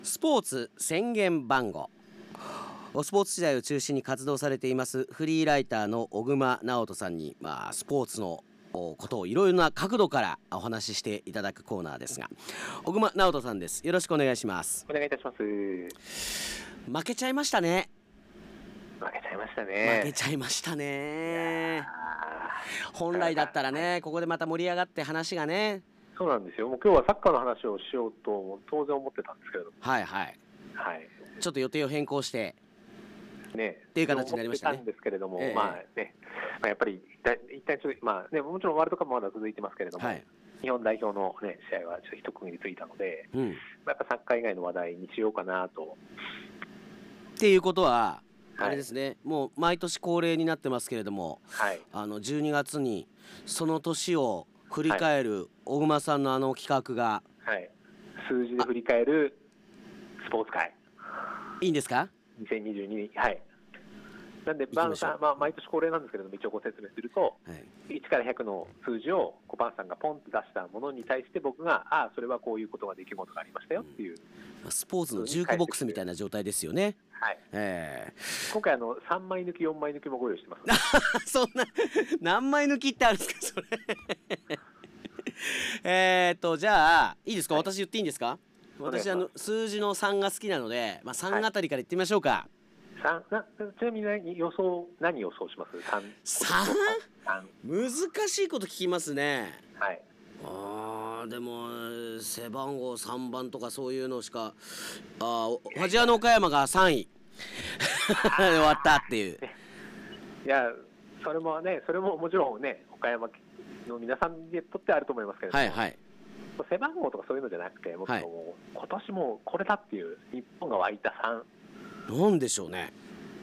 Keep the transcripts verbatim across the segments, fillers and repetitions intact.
スポーツ宣言番号。スポーツ時代を中心に活動されていますフリーライターの小熊直人さんに、まあ、スポーツのことをいろいろな角度からお話ししていただくコーナーですが、小熊直人さんです。よろしくお願いします。 お願いいたします。 負けちゃいましたね。 負けちゃいましたね。 負けちゃいましたね。本来だったらね、ここでまた盛り上がって話がね。 そうなんですよ。もう今日はサッカーの話をしようと当然思ってたんですけれども、 はいはいはい、 ちょっと予定を変更してねっていう形になりましたね。 思ってたんですけれども、 ええ、 まあね、まあ、やっぱり一旦ちょっと、まあね、もちろんワールドカップまだ続いてますけれども、はい、日本代表の、ね、試合はちょっと一区切りついたので、うん、まあ、やっぱサッカー以外の話題にしようかなと。 っていうことはあれですね、はい、もう毎年恒例になってますけれども、はい、あのじゅうにがつにその年を振り返る小熊さんのあの企画が、 はい、数字で振り返るスポーツ界いいんですか。 にせんにじゅうに、はい、なんでバンさん、まあ、毎年恒例なんですけれども、一応ご説明すると、はい、いちからひゃくの数字をバンさんがポンと出したものに対して僕が、ああそれはこういうことが出来事がありましたよっていう、 うん、スポーツのジュークボックスみたいな状態ですよね。 はい、えー、今回あのさんまい抜きよんまい抜きもご用意してます、ね、 そんな何枚抜きってあるんですかそれえっとじゃあいいですか、はい、私言っていいんですか。私あの数字のさんが好きなので、まあ、さんあたりからいってみましょうか。 さんなちなみに予想何予想します。 さん? さん? 難しいこと聞きますね。はい、あでも背番号さんばんとかそういうのしか、あファジアの岡山がさんい終わったっていう。 いやそれもね、それももちろんね岡山の皆さんにとってあると思いますけれども、はいはい、背番号とかそういうのじゃなくて、もっと、はい、今年もこれだっていう日本が湧いたさんなんでしょうね。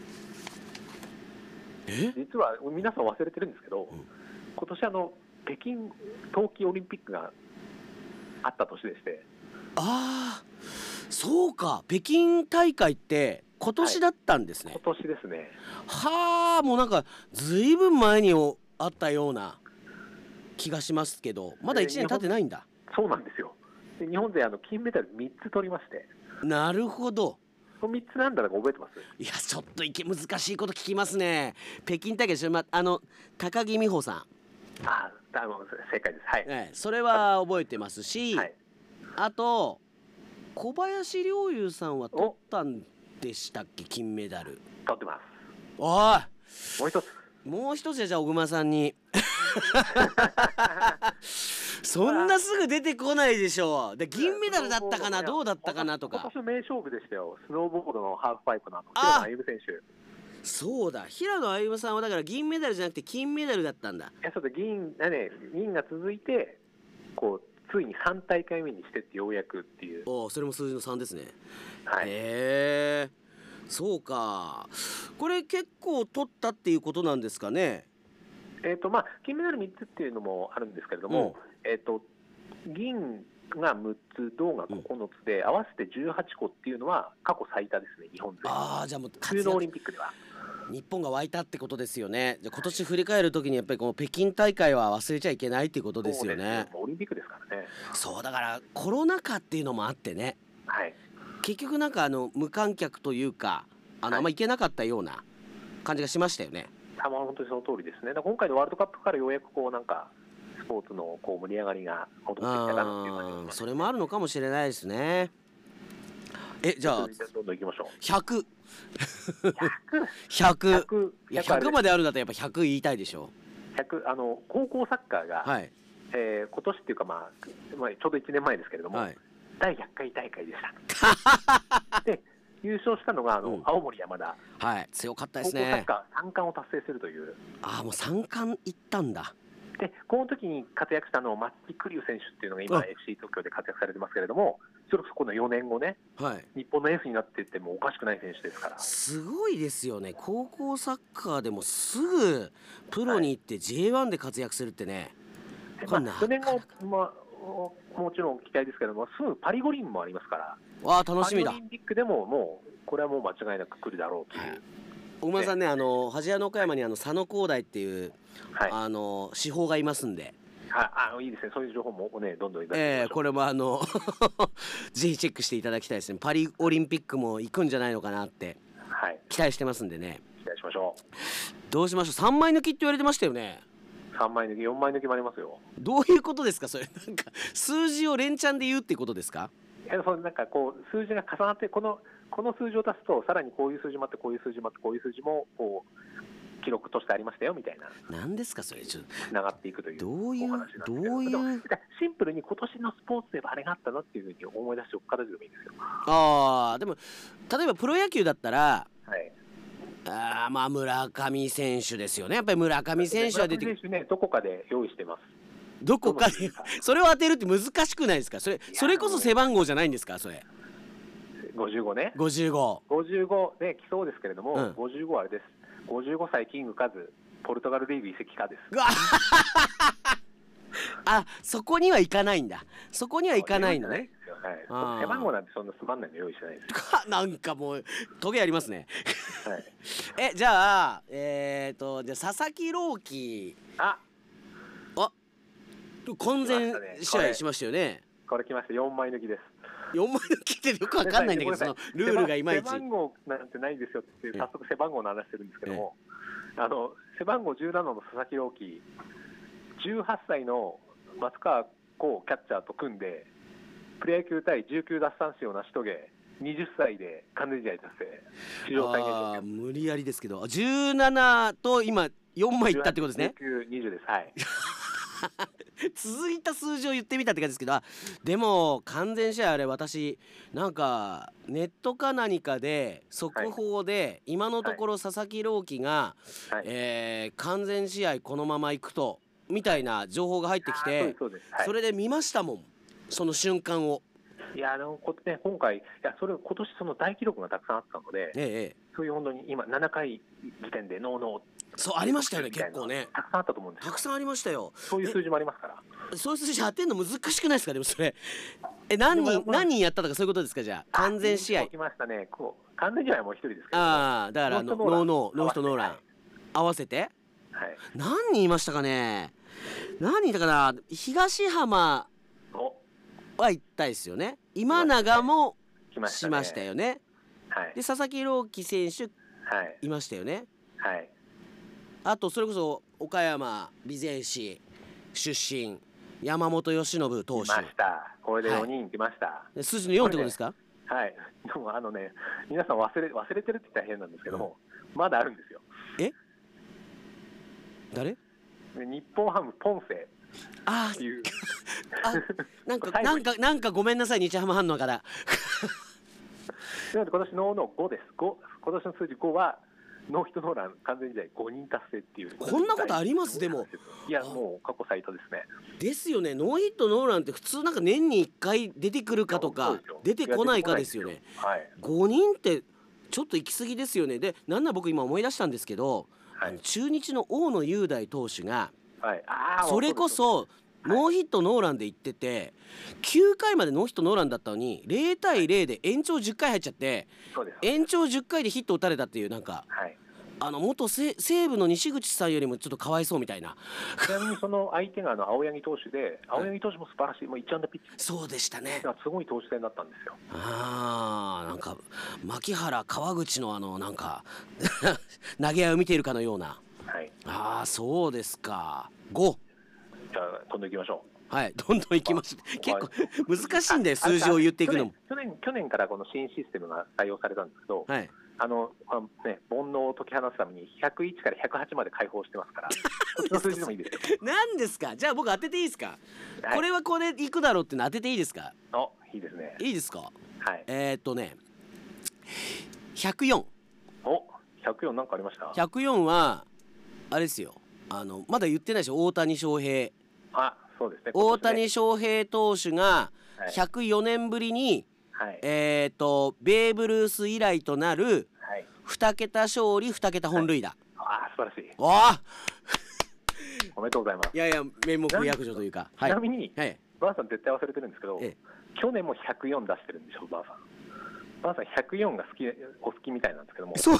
え実は皆さん忘れてるんですけど、うん、今年あの北京冬季オリンピックがあった年でして。 ああそうか、北京大会って今年だったんですね。 はい、今年ですね。 はあ、もうなんかずいぶん前にあったような気がしますけど、まだいちねん経ってないんだ。 そうなんですよ。で日本勢あの金メダルみっつ取りまして。 なるほど。 みっつなんだろうか覚えてます？ いやちょっといけ難しいこと聞きますね。北京大会で、ま、あの高木美帆さん、 ああ正解です、はい、 ね、それは覚えてますし、はい、あと小林陵侑さんは取ったんでしたっけ、金メダル。 取ってます。 おいもう一つもう一つじゃあ小熊さんにそんなすぐ出てこないでしょう。で銀メダルだったかな、どうだったかなとか。 今年名勝負でしたよ。スノーボードのハーフパイプの平野歩夢選手。 そうだ、平野歩夢さんはだから銀メダルじゃなくて金メダルだったんだ。 いやそうだ、銀だね、銀が続いてこうついにさん大会目にしてってようやくっていう。 おそれも数字のさんですね。 はい、 へえそうか、これ結構取ったっていうことなんですかね。 えーとまあ、金メダルみっつっていうのもあるんですけれども、うん、えーと銀がむっつ、銅がここのつで、うん、合わせてじゅうはちこっていうのは過去最多ですね、日本勢。 あじゃあもう冬のオリンピックでは日本が湧いたってことですよね。じゃあ今年振り返るときにやっぱりこの北京大会は忘れちゃいけないっていうことですよね。 そうですよ、オリンピックですからね。 そうだからコロナ禍っていうのもあってね、はい、結局なんかあの無観客というかあの、はい、あんま行けなかったような感じがしましたよね。 あ、まあ、本当にその通りですね。だから今回のワールドカップからようやくこうなんかスポーツのこう盛り上がりが戻ってきたかなっていう感じですね。 それもあるのかもしれないですね。えじゃあどんどんいきましょう。 ひゃく ひゃく ひゃくいやひゃくまであるんだったらやっぱひゃく言いたいでしょ。 ひゃくあの高校サッカーが、はい、えー、今年っていうか、まあ、まあちょうどいちねんまえですけれども、はい、だいひゃっかい大会でしたで優勝したのがあの、うん、青森山田、 はい、強かったですね。 高校サッカーさん冠を達成するという。 ああもうさん冠いったんだ。 でこの時に活躍したの松木玖生選手っていうのが今 エフシー 東京で活躍されてますけれども、それこそこのよねんごね、はい、日本のエースになっていってもおかしくない選手ですから。 すごいですよね。高校サッカーでもすぐプロに行って ジェイワン で活躍するってね、 はい、まあ、よねんご、まあ、もちろん期待ですけども、すぐパリ五輪もありますから。 わあ楽しみだ。 パリオリンピックでももうこれはもう間違いなく来るだろうという、はい、 小熊さんね、あのファジアの岡山にあの佐野光大っていう、はい、あの司法がいますんで、 ああ、いいですね。そういう情報もね、どんどん出していきましょう。 えー、これもあのぜひチェックしていただきたいですね。パリオリンピックも行くんじゃないのかなって期待してますんでね。 期待しましょう。 どうしましょう。さんまい抜きって言われてましたよね。 さんまい抜き、よんまい抜きもありますよ。 どういうことですかそれ。なんか数字を連チャンで言うっていうことですか。 いや、そのなんかこう数字が重なって、このこの数字を足すとさらにこういう数字もあって、こういう数字もあって、こういう数字もこう記録としてありましたよみたいな。 何ですかそれ。ちょっとつながっていくというどういうお話なんですけど、 どういうシンプルに今年のスポーツであれがあったなっていうふうに思い出しておく形でもいいんですよ。 ああ、でも例えばプロ野球だったら、 はい、 あまあ村上選手ですよね。やっぱり村上選手は出てくる。 村上選手ね、どこかで用意してます。 どこかでそれを当てるって難しくないですか。それそれこそ背番号じゃないんですかそれ。 ごじゅうごね。 ごじゅうご。 ごじゅうごね、来そうですけれども、 うん、 ごじゅうごあれです。ごじゅうごさいキングカズ、ポルトガルリーグ移籍かです。 あ、そこにはいかないんだ。そこにはいかないのね。 はい、背番号なんてそんなつまんないの用意してないです。 なんかもうトゲありますね。 はい、 え、じゃあえっ、ー、とじゃあ佐々木朗希、 あ、 あ、完全試合しましたよね。 これ来ました。よんまい抜きです。 よんまい抜きってよくわかんないんだけど、そのルールがいまいち。 背番号なんてないですよって早速背番号の話してるんですけども、あの背番号じゅうななの佐々木朗希、じゅうはっさいの松川虎キャッチャーと組んでプロ野球対じゅうきゅう奪三振を成し遂げ、はたちで完全試合達成、史上最年少。 あ、無理やりですけど、じゅうななと今よんまいいったってことですね。 じゅうきゅう、にじゅうです。はい続いた数字を言ってみたって感じですけど、でも完全試合あれ、私なんかネットか何かで速報で、はい、今のところ佐々木朗希が、はい、えー、完全試合このままいくとみたいな情報が入ってきて、そ, はい、それで見ましたもん、その瞬間を。 いや、あのこ、ね、今回いやそれ今年その大記録がたくさんあったので、ええ、そういう本当に今ななかい時点でノーノー、 そうありましたよね。結構ねたくさんあったと思うんですよ。 たくさんありましたよ。 そういう数字もありますから。 そういう数字当てるの難しくないですか。でもそれえ何人、まあ、何人やったとかそういうことですか。じゃあ完全試合来ましたね。こう完全試合はもう一人ですけど、 ああ、だからノーノーノーヒットノーラン合わせて、はい、何人いましたかね。何人いたかな。東浜は行ったですよね。今永もしましたよね。はい、で佐々木朗希選手、はい、いましたよね。はい、あとそれこそ岡山備前市出身山本由伸投手。 来ました。これでよにん来ました。 はい、数字のよんってことですか。 はい。でもあのね、皆さん忘れ忘れてるって言ったら変なんですけども、うん、まだあるんですよ。 え？誰？ 日本ハムポンセ。 ああ、なんかなんかなんかごめんなさい、日ハムファンの方。なので今年ノーノーごです。ご、今年の数字ごはノーヒットノーラン完全試合ごにん達成っていう。 こんなことあります。でもいや、もう過去最多ですね。 ですよね。ノーヒットノーランって普通なんか年にいっかい出てくるかとか出てこないかですよね。はい、ごにんってちょっと行き過ぎですよね。で、なんなら僕今思い出したんですけど、はい、中日の大野雄大投手が、はい、あそれこそノーヒットノーランで行ってて、きゅうかいまでノーヒットノーランだったのにゼロたいゼロで延長じゅっかい入っちゃって、延長じゅっかいでヒット打たれたっていう、なんか、はい、あの元西武の西口さんよりもちょっとかわいそうみたいな。 ちなみにその相手があの青柳投手で、青柳投手も素晴らしい、もういち安打ピッチング、 そうでしたね。 すごい投手戦だったんですよ。 ああ、なんか牧原川口のあのなんか投げ合いを見ているかのような。はい、ああ、そうですか。ご、 じゃあどんどん行きましょう。はい、どんどん行きましょう。結構難しいんだよ、数字を言っていくのも。 去年去年からこの新システムが採用されたんですけど、はい、あのあのね、煩悩を解き放つためにひゃくいちからひゃくはちまで解放してますから、その数字でもいいですよ。 何ですか。じゃあ僕当てていいですか。はい、これはこれいくだろうっての当てていいですか。 あ、いいですね。 いいですか。 はい。 えー、っとね、ひゃくよん。 お、ひゃくよんなんかありました。 ひゃくよんはあれですよ。あのまだ言ってないでしょ、大谷翔平。 あ、そうですね。 大谷翔平投手がひゃくよねんぶりに、はい、えっとベーブ・ルース以来となるに桁勝利に桁本塁打。はい、 ああ、素晴らしい。 わあおめでとうございます。 いやいや、名目躍如というか。 ちなみに、はい、バーさん絶対忘れてるんですけど、ええ、去年もひゃくよん出してるんでしょ、バーさん。バーさんひゃくよんが好き、お好きみたいなんですけども。 そう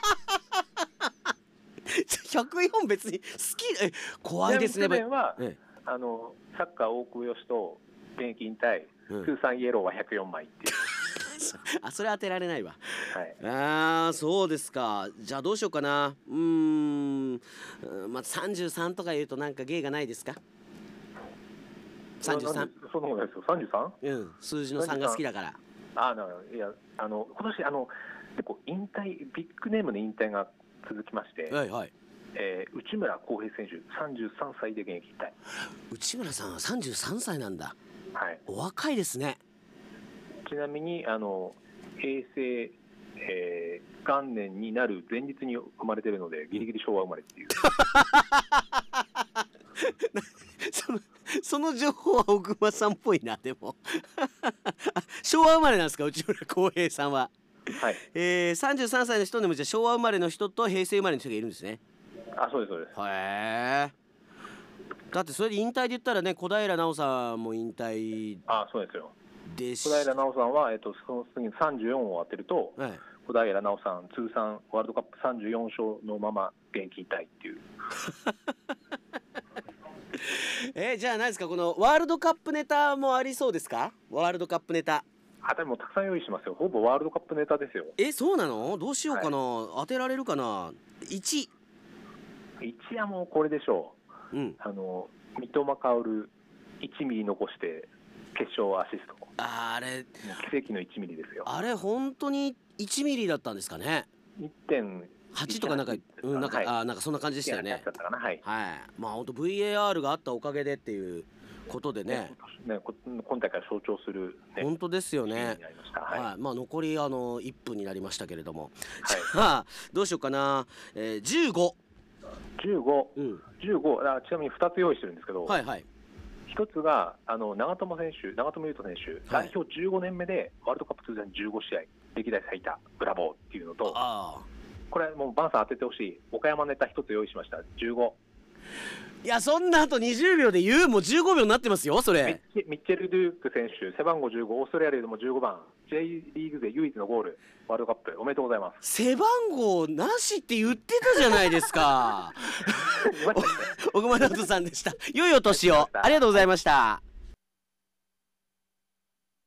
ひゃくよん別に好き、え、怖いですね。 去年はあのサッカー大久保嘉人現役引退、うん、通算イエローはひゃくよんまいっていうあ、それ当てられないわ、 はい、 ああそうですか。じゃあどうしようかな。うーん、まあ、さんじゅうさんとか言うとなんか芸がないですか。さんじゅうさん。 そんなことないですよ。さんじゅうさん？ うん、数字のさんが好きだから。 ああ、いや、あの今年あの結構引退、ビッグネームの引退が続きまして、 はいはい、 えー、内村航平選手さんじゅうさんさいで現役引退。 内村さんはさんじゅうさんさいなんだ。 はい。 お若いですね。 ちなみにあの平成、えー、元年になる前日に生まれてるのでギリギリ昭和生まれっていうそのその情報は小熊さんっぽいな。でも昭和生まれなんですか、内村航平さんは。 はい、 えー、さんじゅうさんさいの人でもじゃあ昭和生まれの人と平成生まれの人がいるんですね。 あ、そうですそうです。 へえ。だってそれで引退で言ったらね、小平奈緒さんも引退。 あ、そうですよ。 でし小平奈緒さんは、えっと、その次にさんじゅうよんを当てると、はい、小平奈緒さん通算ワールドカップさんじゅうよんしょうのまま現役引退っていうえー、じゃあ何ですか、このワールドカップネタもありそうですか。ワールドカップネタ。 あ、でもたくさん用意しますよ。ほぼワールドカップネタですよ。 え、そうなの。どうしようかな、はい、当てられるかな。いちいちはもうこれでしょう、うん、あの三笘薫いちミリ残して決勝アシスト。 あれ奇跡のいちミリですよ。 あれ本当にいちミリだったんですかね。 いってんはちとかなんか、うん、なんか、はい、あ、なんかそんな感じでしたよね。はい、はい、まあ本当 ブイエーアール があったおかげでっていうことでね、 ね、ね、今大会象徴する、ね、 本当ですよね。 はい、 はい、まあ残りあのいっぷんになりましたけれども、はい、じゃあどうしようかな、えー、じゅうご。 じゅうご、うん、じゅうご、あ、ちなみにふたつ用意してるんですけど、 はいはい、 ひとつがあの長友選手、長友佑都選手、はい、代表じゅうごねんめでワールドカップ通算じゅうごしあい、歴代最多、ブラボーっていうのと、あ、これもうバンさん当ててほしい岡山ネタひとつ用意しました。じゅうご。 いや、そんなあとにじゅうびょうで言う、もうじゅうごびょうになってますよそれ。 ミッチェル・デューク選手背番号じゅうご、オーストラリアでもじゅうごばん、 J リーグ勢唯一のゴール、ワールドカップおめでとうございます。 背番号なしって言ってたじゃないですか小熊直人さんでした。良いお年を。ありがとうございました。